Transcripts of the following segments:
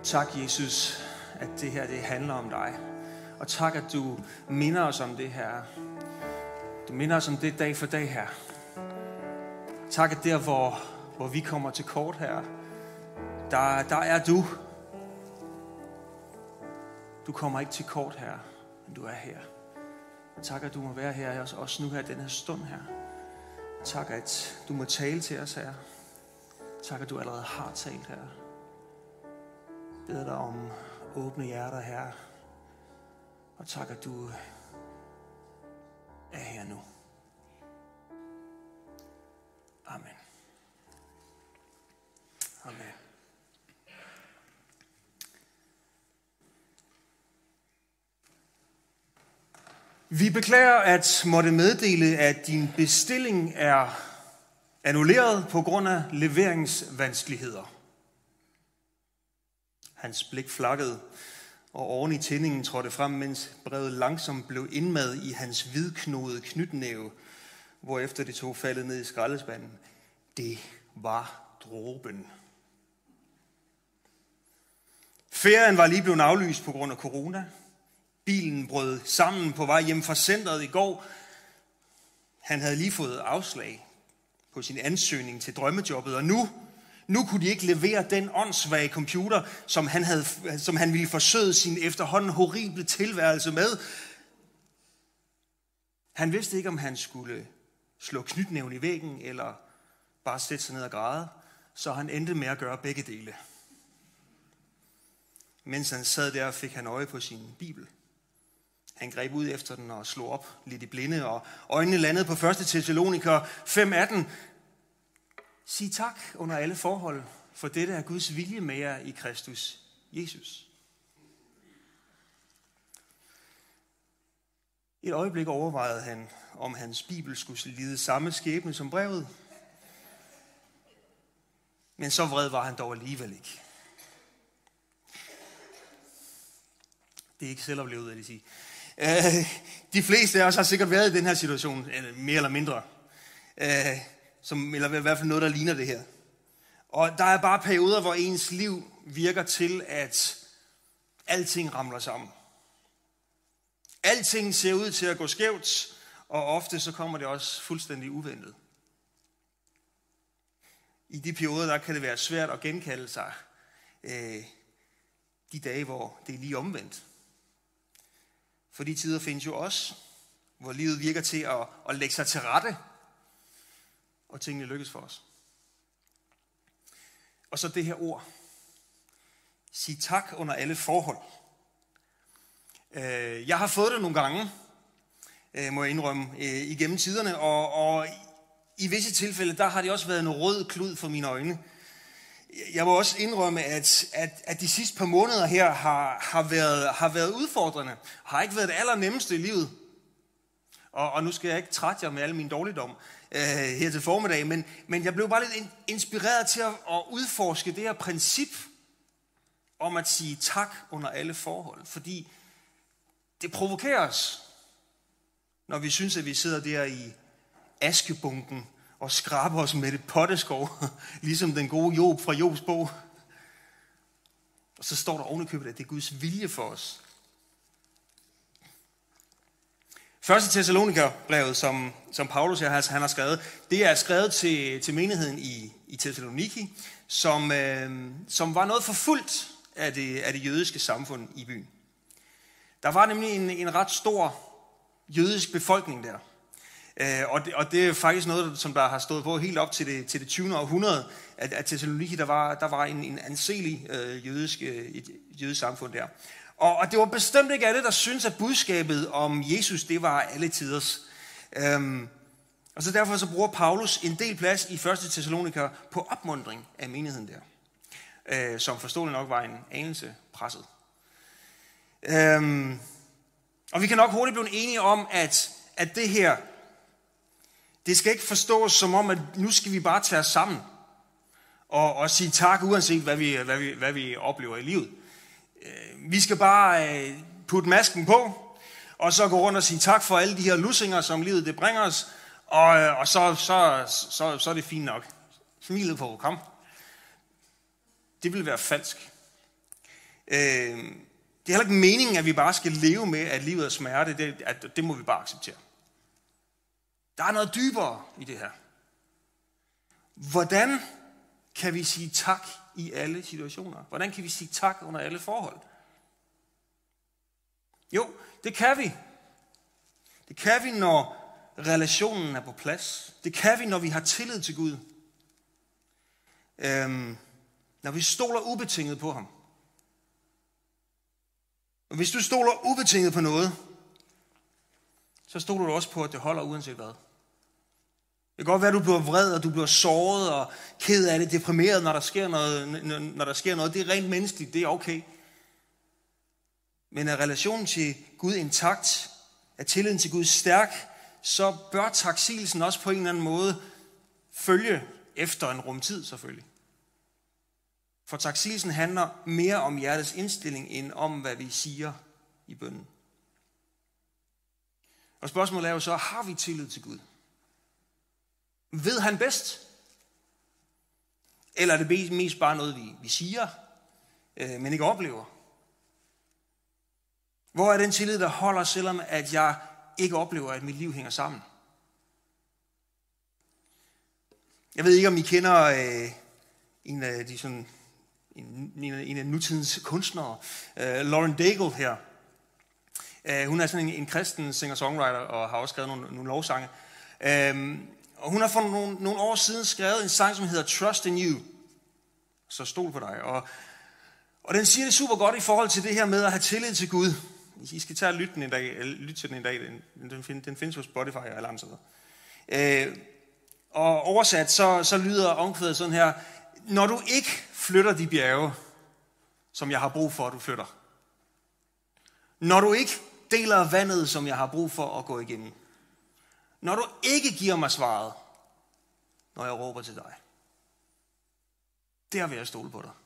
Tak, Jesus, at det her det handler om dig. Og tak, at du minder os om det her. Du minder os om det dag for dag her. Tak, at der, hvor vi kommer til kort her, der er du. Du kommer ikke til kort her, men du er her. Tak, at du må være her også nu her, den her stund her. Tak, at du må tale til os her. Tak, at du allerede har talt her. Jeg beder dig om åbne hjerter her. Og tak, at du er her nu. Amen. Amen. Vi beklager at måtte meddele, at din bestilling er annulleret på grund af leveringsvanskeligheder. Hans blik flakkede, og oven i tændingen trådte frem, mens brevet langsomt blev indmad i hans hvidknodede knytnæve, hvorefter det tog faldet ned i skraldespanden. Det var dråben. Ferien var lige blevet aflyst på grund af corona. Bilen brød sammen på vej hjem fra centret i går. Han havde lige fået afslag på sin ansøgning til drømmejobbet, og nu kunne de ikke levere den åndssvage computer, som han ville forsøge sin efterhånden horrible tilværelse med. Han vidste ikke, om han skulle slå knytnæven i væggen, eller bare sætte sig ned og græde, så han endte med at gøre begge dele. Mens han sad der, fik han øje på sin bibel. Han greb ud efter den og slog op lidt i blinde, og øjnene landede på 1. Thessaloniker 5:18. Sig tak under alle forhold, for dette er Guds vilje med jer i Kristus Jesus. Et øjeblik overvejede han, om hans bibel skulle lide samme skæbne som brevet. Men så vred var han dog alligevel ikke. Det er ikke selvoplevet, vil jeg sige. De fleste af os har sikkert været i den her situation, mere eller mindre. Eller i hvert fald noget, der ligner det her. Og der er bare perioder, hvor ens liv virker til, at alting ramler sammen. Alting ser ud til at gå skævt, og ofte så kommer det også fuldstændig uventet. I de perioder, der kan det være svært at genkalde sig de dage, hvor det er lige omvendt. For de tider findes jo også, hvor livet virker til at lægge sig til rette, og tingene lykkes for os. Og så det her ord. Sig tak under alle forhold. Jeg har fået det nogle gange, må jeg indrømme, igennem tiderne, og i visse tilfælde, der har det også været en rød klud for mine øjne. Jeg må også indrømme, at de sidste par måneder her har været udfordrende, har ikke været det allernemmeste i livet. Og nu skal jeg ikke trætte jer med al min dårligdom her til formiddag, men jeg blev bare lidt inspireret til at udforske det her princip om at sige tak under alle forhold. Fordi det provokerer os, når vi synes, at vi sidder der i askebunken og skraber os med det potteskov, ligesom den gode Job fra Jobs bog. Og så står der ovenikøbet, at det er Guds vilje for os. 1. Thessaloniker-brevet, som Paulus han har skrevet, det er skrevet til menigheden i Thessaloniki, som var noget forfulgt af det jødiske samfund i byen. Der var nemlig en ret stor jødisk befolkning der. Og det er faktisk noget, som der har stået på helt op til det 20. århundrede, at Thessaloniki, der var en anselig jødisk samfund der. Og det var bestemt ikke alle, der syntes, at budskabet om Jesus, det var alle tiders. Og så derfor så bruger Paulus en del plads i 1. Thessaloniker på opmuntring af menigheden der, som forståeligt nok var en anelse presset. Og vi kan nok hurtigt blive enige om, at det her, det skal ikke forstås som om, at nu skal vi bare tage os sammen og sige tak, uanset hvad vi oplever i livet. Vi skal bare putte masken på, og så gå rundt og sige tak for alle de her lussinger, som livet det bringer os, og så er det fint nok. Smilet på, kom. Det vil være falsk. Det er heller ikke meningen, at vi bare skal leve med, at livet er smerte. Det må vi bare acceptere. Der er noget dybere i det her. Hvordan kan vi sige tak i alle situationer? Hvordan kan vi sige tak under alle forhold? Jo, det kan vi. Det kan vi, når relationen er på plads. Det kan vi, når vi har tillid til Gud. Når vi stoler ubetinget på ham. Og hvis du stoler ubetinget på noget, så stoler du også på, at det holder uanset hvad. Det kan godt være, at du bliver vred, og du bliver såret og ked af det, deprimeret, når der sker noget. Det er rent menneskeligt, det er okay. Men er relationen til Gud intakt, er tilliden til Gud stærk, så bør taksigelsen også på en eller anden måde følge efter en rumtid selvfølgelig. For taksigelsen handler mere om hjertets indstilling, end om hvad vi siger i bønnen. Og spørgsmålet er jo så, har vi tillid til Gud? Ved han bedst? Eller er det mest bare noget, vi siger, men ikke oplever? Hvor er den tillid, der holder, selvom at jeg ikke oplever, at mit liv hænger sammen? Jeg ved ikke, om I kender en af nutidens kunstnere, Lauren Daigle her. Hun er sådan en kristen singer-songwriter og har også skrevet nogle lovsange. Og hun har for nogle år siden skrevet en sang, som hedder Trust in You. Så stol på dig. Og den siger det super godt i forhold til det her med at have tillid til Gud. I skal tage og lytte til den en dag. Den findes på Spotify og alle andre steder. Og oversat, så lyder omkvædet sådan her. Når du ikke flytter de bjerge, som jeg har brug for, at du flytter. Når du ikke deler vandet, som jeg har brug for at gå igennem. Når du ikke giver mig svaret, når jeg råber til dig. Der vil jeg stole på dig.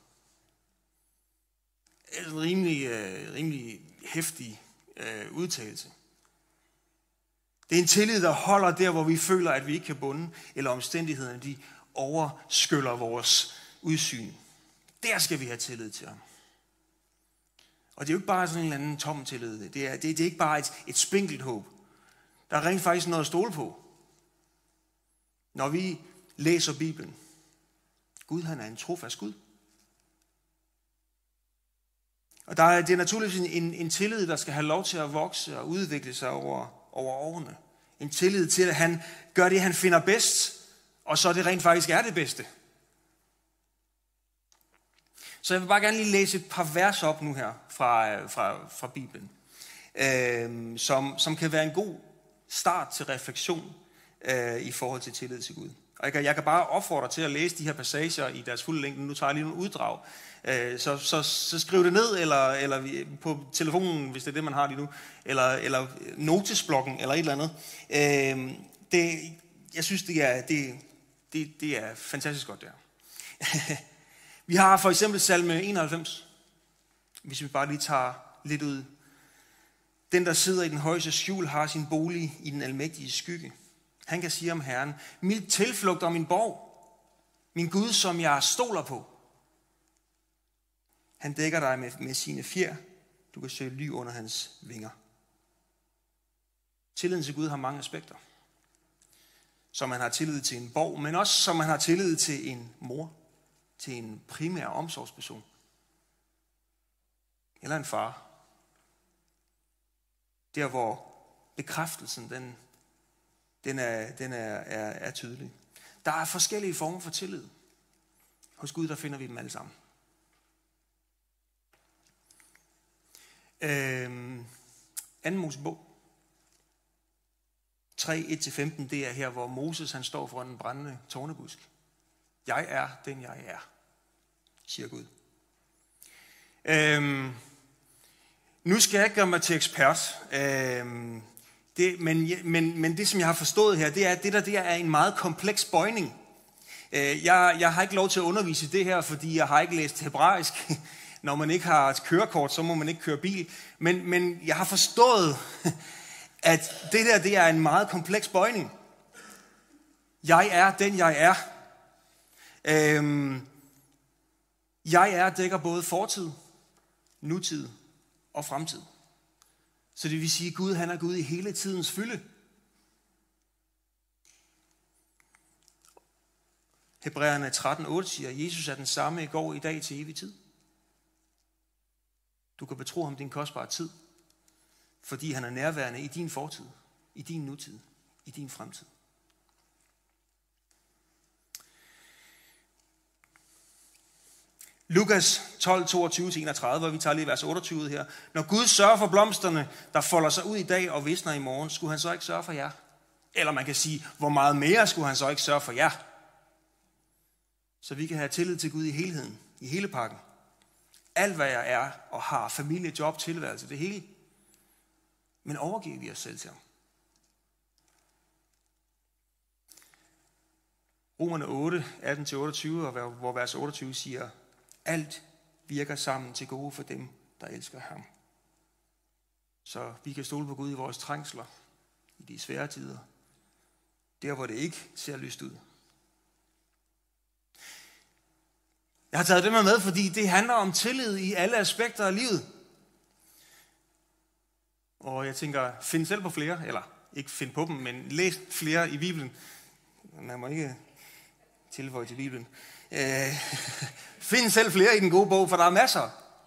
En rimelig heftig udtalelse. Det er en tillid, der holder der, hvor vi føler, at vi ikke kan bunde, eller omstændighederne, de overskyller vores udsyn. Der skal vi have tillid til ham. Og det er jo ikke bare sådan en eller anden tom tillid. Det er ikke bare et spinkelt håb. Der er rent faktisk noget at stole på. Når vi læser Bibelen. Gud, han er en trofast Gud. Og det er naturligvis en tillid, der skal have lov til at vokse og udvikle sig over årene. En tillid til, at han gør det, han finder bedst, og så det rent faktisk er det bedste. Så jeg vil bare gerne lige læse et par vers op nu her fra Bibelen, som kan være en god start til refleksion i forhold til tillid til Gud. Og jeg kan bare opfordre til at læse de her passager i deres fulde længde. Nu tager jeg lige nogle uddrag. Så skriv det ned, eller på telefonen, hvis det er det, man har lige nu, eller notesblokken, eller et eller andet. Jeg synes, det er fantastisk godt der. Vi har for eksempel salme 91, hvis vi bare lige tager lidt ud. Den, der sidder i den højeste skjul, har sin bolig i den almægtige skygge. Han kan sige om Herren, mit tilflugt og min borg, min Gud, som jeg stoler på. Han dækker dig med sine fjer, du kan søge ly under hans vinger. Tilliden til Gud har mange aspekter. Som man har tillid til en borg, men også som man har tillid til en mor, til en primær omsorgsperson. Eller en far. Der hvor bekræftelsen, den er tydelig. Der er forskellige former for tillid. Hos Gud, der finder vi dem alle sammen. Anden Mosebog 3, 1-15, det er her, hvor Moses han står foran en brændende tornebusk. Jeg er den, jeg er, siger Gud. Nu skal jeg ikke gøre mig til ekspert, men det, som jeg har forstået her, det er, at det der er en meget kompleks bøjning. Jeg har ikke lov til at undervise det her, fordi jeg har ikke læst hebraisk. Når man ikke har et kørekort, så må man ikke køre bil. Men jeg har forstået, at det er en meget kompleks bøjning. Jeg er den, jeg er. Jeg er dækker både fortid nutid og fremtid. Så det vil sige, at Gud, han er Gud i hele tidens fylde. Hebræerne 13:8 siger, at Jesus er den samme i går, i dag, til evig tid. Du kan betro ham din kostbare tid, fordi han er nærværende i din fortid, i din nutid, i din fremtid. Lukas 12:22-31, og vi tager lige vers 28 her. Når Gud sørger for blomsterne, der folder sig ud i dag og visner i morgen, skulle han så ikke sørge for jer? Eller man kan sige, hvor meget mere skulle han så ikke sørge for jer? Så vi kan have tillid til Gud i helheden, i hele pakken. Alt hvad jeg er og har, familie, job, tilværelse, det hele. Men overgiver vi os selv til ham? Romerne 8, 18-28, og hvor vers 28 siger, alt virker sammen til gode for dem, der elsker ham. Så vi kan stole på Gud i vores trængsler, i de svære tider. Der, hvor det ikke ser lyst ud. Jeg har taget det med, fordi det handler om tillid i alle aspekter af livet. Og jeg tænker, find selv på flere, eller ikke find på dem, men læs flere i Bibelen. Man må ikke tilføje til Bibelen. Find selv flere i den gode bog, for der er masser.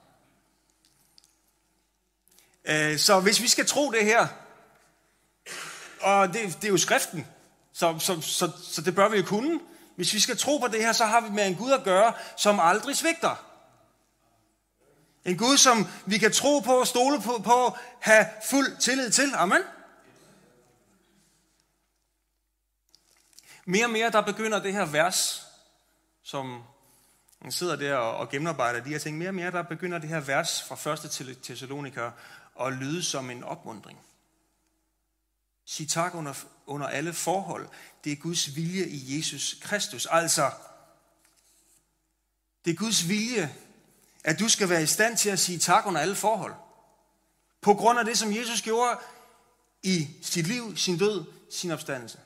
Så hvis vi skal tro det her, og det er jo skriften, så det bør vi jo kunne. Hvis vi skal tro på det her, så har vi med en Gud at gøre, som aldrig svigter. En Gud, som vi kan tro på, stole på, have fuld tillid til. Amen. Mere og mere, der begynder det her vers, som man sidder der og gennemarbejder de her ting. Mere og mere, der begynder det her vers fra 1. Thessaloniker at lyde som en opmuntring. Sig tak under alle forhold. Det er Guds vilje i Jesus Kristus. Altså, det er Guds vilje, at du skal være i stand til at sige tak under alle forhold. På grund af det, som Jesus gjorde i sit liv, sin død, sin opstandelse.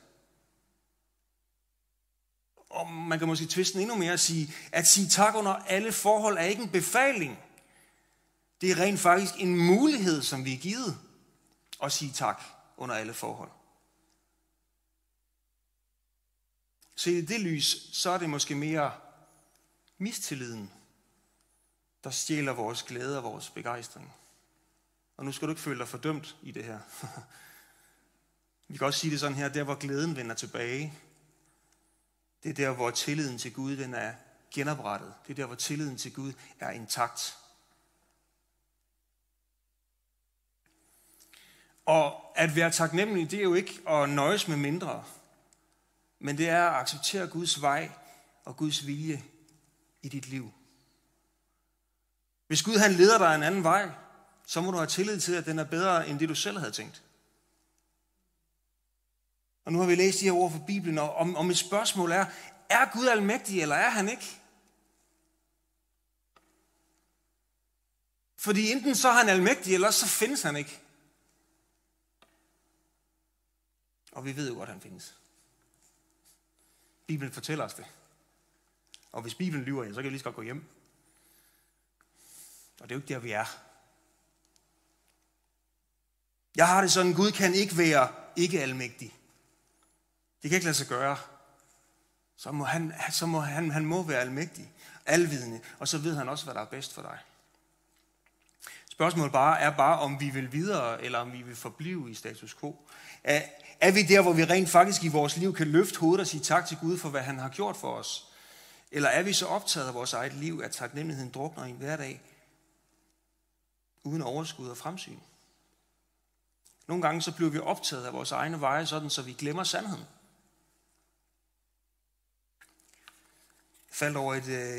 Og man kan måske tviste endnu mere og sige, at sige tak under alle forhold er ikke en befaling. Det er rent faktisk en mulighed, som vi er givet at sige tak under alle forhold. Så i det lys, så er det måske mere mistilliden, der stjæler vores glæde og vores begejstring. Og nu skal du ikke føle dig fordømt i det her. Vi kan også sige det sådan her, der hvor glæden vender tilbage, det er der, hvor tilliden til Gud den er genoprettet. Det er der, hvor tilliden til Gud er intakt. Og at være taknemmelig, det er jo ikke at nøjes med mindre, men det er at acceptere Guds vej og Guds vilje i dit liv. Hvis Gud han leder dig en anden vej, så må du have tillid til, at den er bedre end det, du selv havde tænkt. Og nu har vi læst de her ord fra Bibelen, og om et spørgsmål er Gud almægtig, eller er han ikke? Fordi enten så er han almægtig, eller så findes han ikke. Og vi ved jo godt, at han findes. Bibelen fortæller os det. Og hvis Bibelen lyver, så kan vi lige så godt gå hjem. Og det er jo ikke der, vi er. Jeg har det sådan, Gud kan ikke være ikke almægtig. Det kan ikke lade sig gøre. Han må være almægtig, alvidende, og så ved han også, hvad der er bedst for dig. Spørgsmålet er bare, om vi vil videre, eller om vi vil forblive i status quo. Er vi der, hvor vi rent faktisk i vores liv kan løfte hovedet og sige tak til Gud for, hvad han har gjort for os? Eller er vi så optaget af vores eget liv, at taknemmeligheden drukner i en hverdag, uden overskud og fremsyn? Nogle gange så bliver vi optaget af vores egne veje, sådan så vi glemmer sandheden. Jeg faldt over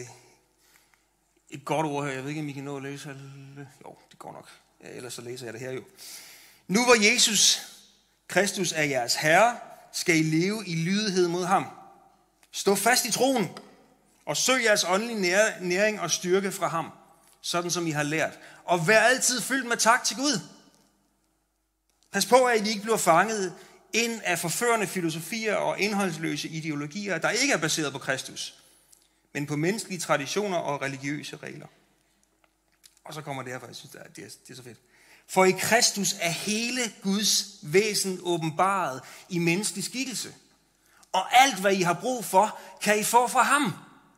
et godt ord her. Jeg ved ikke, om I kan nå at læse. Jo, det går nok. Ja, ellers så læser jeg det her jo. Nu hvor Jesus Kristus er jeres Herre, skal I leve i lydighed mod ham. Stå fast i troen, og søg jeres åndelige næring og styrke fra ham, sådan som I har lært. Og vær altid fyldt med tak til Gud. Pas på, at I ikke bliver fanget ind af forførende filosofier og indholdsløse ideologier, der ikke er baseret på Kristus, men på menneskelige traditioner og religiøse regler. Og så kommer det her, for jeg synes, det er så fedt. For i Kristus er hele Guds væsen åbenbaret i menneskelig skikkelse. Og alt, hvad I har brug for, kan I få fra ham.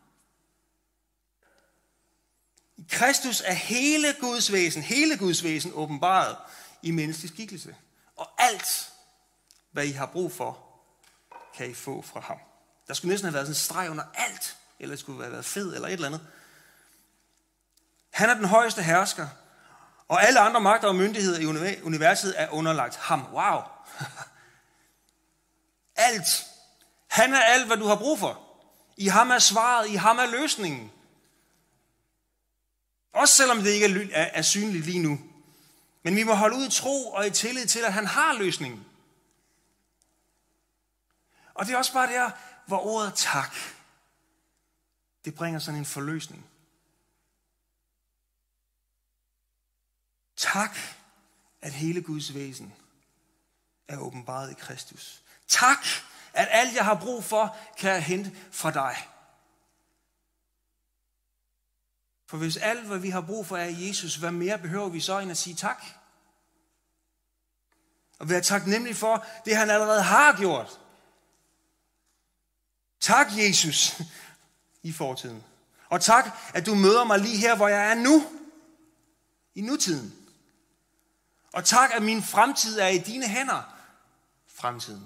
I Kristus er hele Guds væsen åbenbaret i menneskelig skikkelse. Og alt, hvad I har brug for, kan I få fra ham. Der skulle næsten have været sådan en streg under alt, eller det skulle have været fed, eller et eller andet. Han er den højeste hersker, og alle andre magter og myndigheder i universet er underlagt ham. Wow! Alt. Han er alt, hvad du har brug for. I ham er svaret, i ham er løsningen. Også selvom det ikke er synligt lige nu. Men vi må holde ud i tro og i tillid til, at han har løsningen. Og det er også bare der, hvor ordet tak, det bringer sådan en forløsning. Tak, at hele Guds væsen er åbenbaret i Kristus. Tak, at alt jeg har brug for, kan jeg hente fra dig. For hvis alt, hvad vi har brug for, er i Jesus, hvad mere behøver vi så end at sige tak? Og være taknemmelig for det, han allerede har gjort. Tak, Jesus, i fortiden. Og tak, at du møder mig lige her, hvor jeg er nu. I nutiden. Og tak, at min fremtid er i dine hænder. Fremtiden.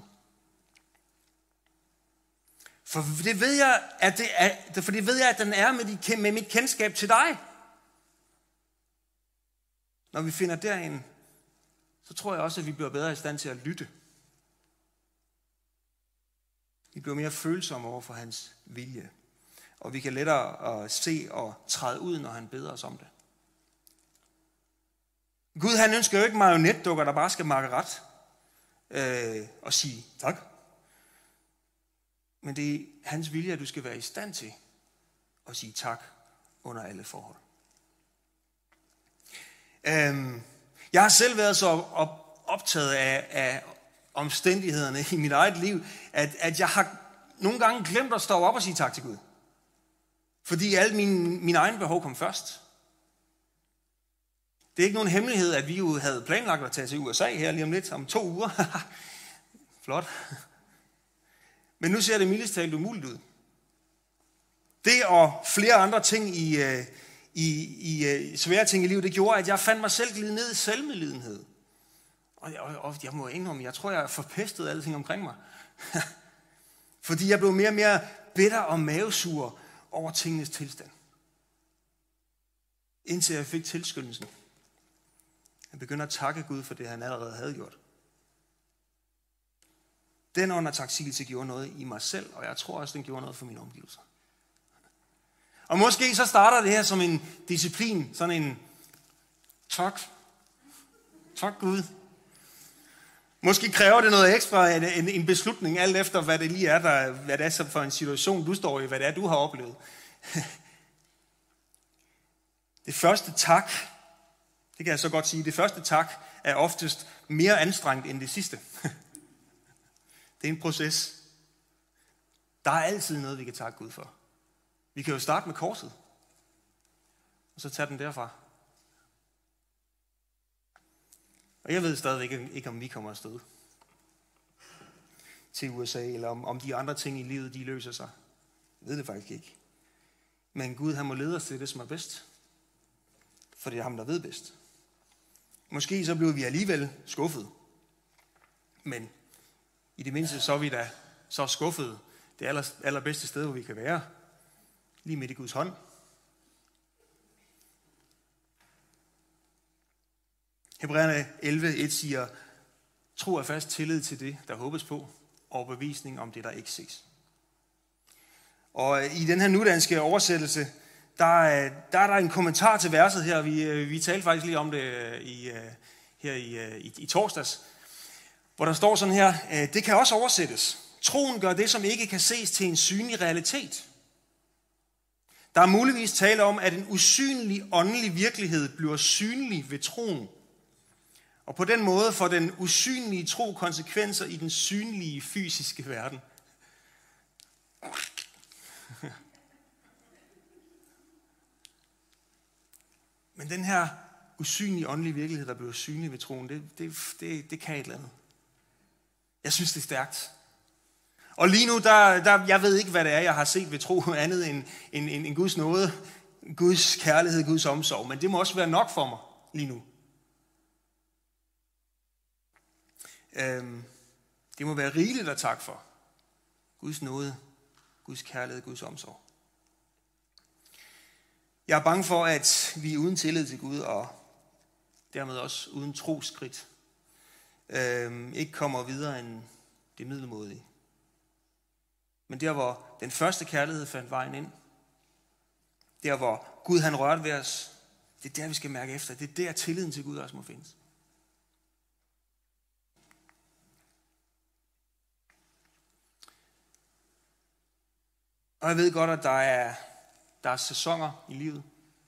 For det ved jeg, at den er med mit kendskab til dig. Når vi finder derind, så tror jeg også, at vi bliver bedre i stand til at lytte. Vi bliver mere følsomme over for hans vilje. Og vi kan lettere se og træde ud, når han beder os om det. Gud, han ønsker jo ikke marionetdukker, der bare skal makke ret og sige tak. Men det er hans vilje, at du skal være i stand til at sige tak under alle forhold. Jeg har selv været så optaget af omstændighederne i mit eget liv, at jeg har nogle gange glemt at stå op og sige tak til Gud. Fordi alle mine egne behov kom først. Det er ikke nogen hemmelighed, at vi jo havde planlagt at tage til USA her lige om lidt, om 2 uger. Flot. Men nu ser det mildest talt umuligt ud. Det og flere andre ting i svære ting i livet, det gjorde, at jeg fandt mig selv glide ned i selvmedlidenhed. Og jeg må indrømme, jeg tror, jeg forpestede alting omkring mig. Fordi jeg blev mere og mere bitter og mavesur over tingenes tilstand. Indtil jeg fik tilskyndelsen. Jeg begynder at takke Gud for det, han allerede havde gjort. Den undertaksigelse gjorde noget i mig selv, og jeg tror også, den gjorde noget for mine omgivelser. Og måske så starter det her som en disciplin, sådan en tak Gud. Måske kræver det noget ekstra, en beslutning, alt efter hvad det lige er, hvad det er for en situation, du står i, hvad det er, du har oplevet. Det første tak, det kan jeg så godt sige, det første tak er oftest mere anstrengt end det sidste. Det er en proces. Der er altid noget, vi kan takke Gud for. Vi kan jo starte med korset, og så tage den derfra. Og jeg ved stadigvæk ikke, om vi kommer afsted til USA, eller om de andre ting i livet, de løser sig. Jeg ved det faktisk ikke. Men Gud, han må lede os til det, som er bedst. For det er ham, der ved bedst. Måske så blev vi alligevel skuffet. Men i det mindste så er vi da så skuffet. Det allerbedste sted, hvor vi kan være. Lige midt i Guds hånd. Hebræerne 11:1 siger, tro er fast tillid til det, der håbes på, og bevisning om det, der ikke ses. Og i den her nudanske oversættelse, der er der en kommentar til verset her. Vi talte faktisk lige om det i torsdags, hvor der står sådan her, det kan også oversættes. Troen gør det, som ikke kan ses, til en synlig realitet. Der er muligvis tale om, at en usynlig åndelig virkelighed bliver synlig ved troen. Og på den måde får den usynlige tro konsekvenser i den synlige fysiske verden. Men den her usynlige åndelige virkelighed, der bliver synlig ved troen, det kan et eller andet. Jeg synes, det er stærkt. Og lige nu, jeg ved ikke, hvad det er, jeg har set ved tro andet end Guds nåde, Guds kærlighed, Guds omsorg. Men det må også være nok for mig lige nu. Det må være rigeligt at takke for. Guds nåde, Guds kærlighed, Guds omsorg. Jeg er bange for, at vi uden tillid til Gud, og dermed også uden troskridt, ikke kommer videre end det middelmådige. Men der, hvor den første kærlighed fandt vejen ind, der, hvor Gud han rørte ved os, det er der, vi skal mærke efter. Det er der, tilliden til Gud også må findes. Og jeg ved godt, at der er sæsoner i livet.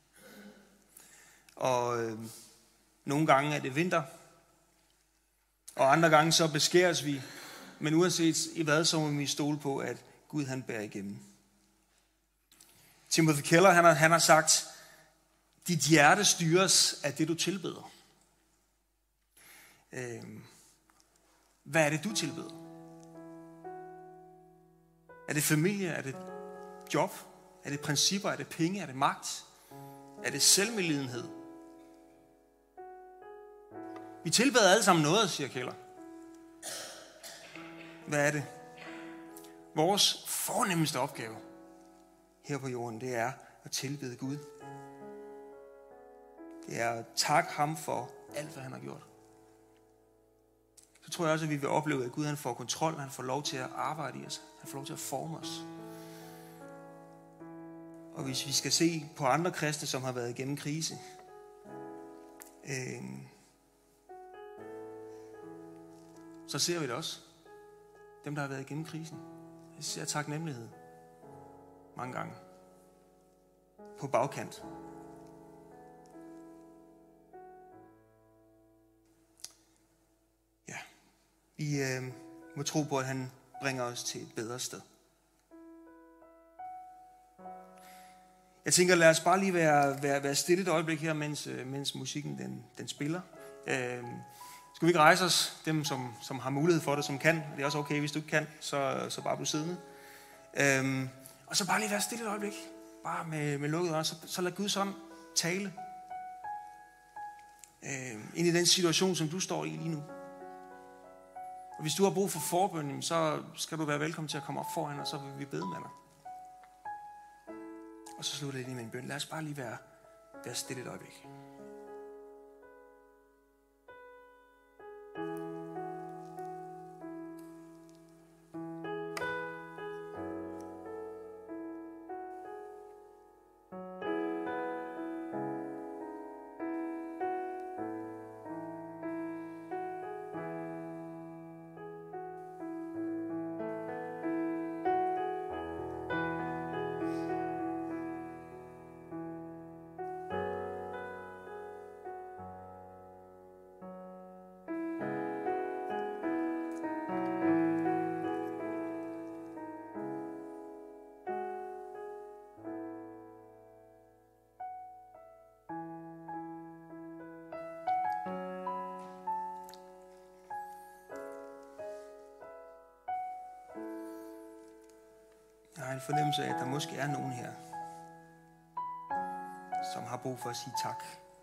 Og nogle gange er det vinter. Og andre gange så beskæres vi. Men uanset i hvad, så må vi stole på, at Gud han bærer igennem. Timothy Keller han har sagt, dit hjerte styres af det, du tilbeder. Hvad er det, du tilbeder? Er det familie? Er det job? Er det principper? Er det penge? Er det magt? Er det selvmedlidenhed? Vi tilbeder alle sammen noget, siger Keller. Hvad er det? Vores fornemmeste opgave her på jorden, det er at tilbede Gud. Det er at takke ham for alt, hvad han har gjort. Så tror jeg også, at vi vil opleve, at Gud han får kontrol, han får lov til at arbejde i os. Han får lov til at forme os. Og hvis vi skal se på andre kristne, som har været igennem krise, så ser vi det også. Dem, der har været igennem krisen. Jeg ser taknemmelighed mange gange. På bagkant. Ja. Vi må tro på, at han bringer os til et bedre sted. Jeg tænker, lad os bare lige være stille et øjeblik her, mens musikken den spiller. Skal vi ikke rejse os, dem som har mulighed for det, som kan. Det er også okay, hvis du ikke kan, så bare bliv siddende. Og så bare lige være stille et øjeblik. Bare med lukket øjne, så lad Guds ånd tale. Ind i den situation, som du står i lige nu. Og hvis du har brug for forbøn, så skal du være velkommen til at komme op foran, og så vil vi bede med dig. Og så slutter jeg lige med en bøn. Lad os bare lige være stille et øjeblik. Jeg har en fornemmelse af, at der måske er nogen her, som har brug for at sige tak.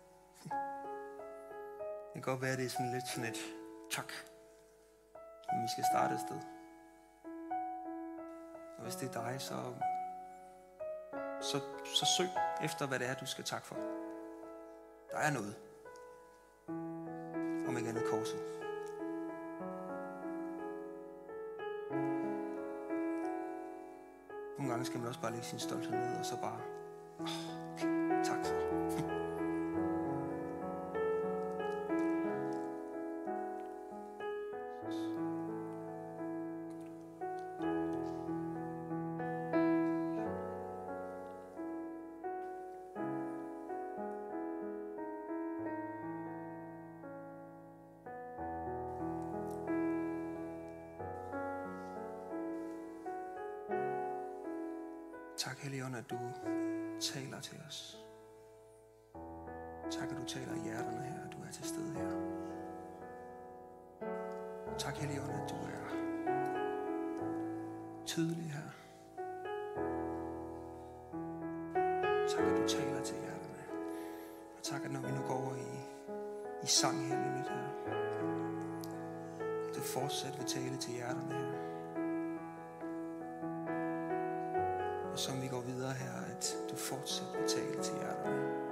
Det kan godt være, at det er sådan et tak, men vi skal starte et sted. Og hvis det er dig, så søg efter, hvad det er, du skal takke for. Der er noget. Om ikke andet korset. Nogle gange skal man også bare lægge sin stolthed ned, og så bare, okay, tak for. Tak, Helligånd, at du taler til os. Tak, at du taler i hjerterne her, og du er til stede her. Tak, Helligånd, at du er tydelig her. Tak, at du taler til hjerterne. Og tak, at når vi nu går over i sang, Helligånd, her, du fortsat vil tale til hjerterne her. Og som vi går videre her, at du fortsat vil tale til hjerterne.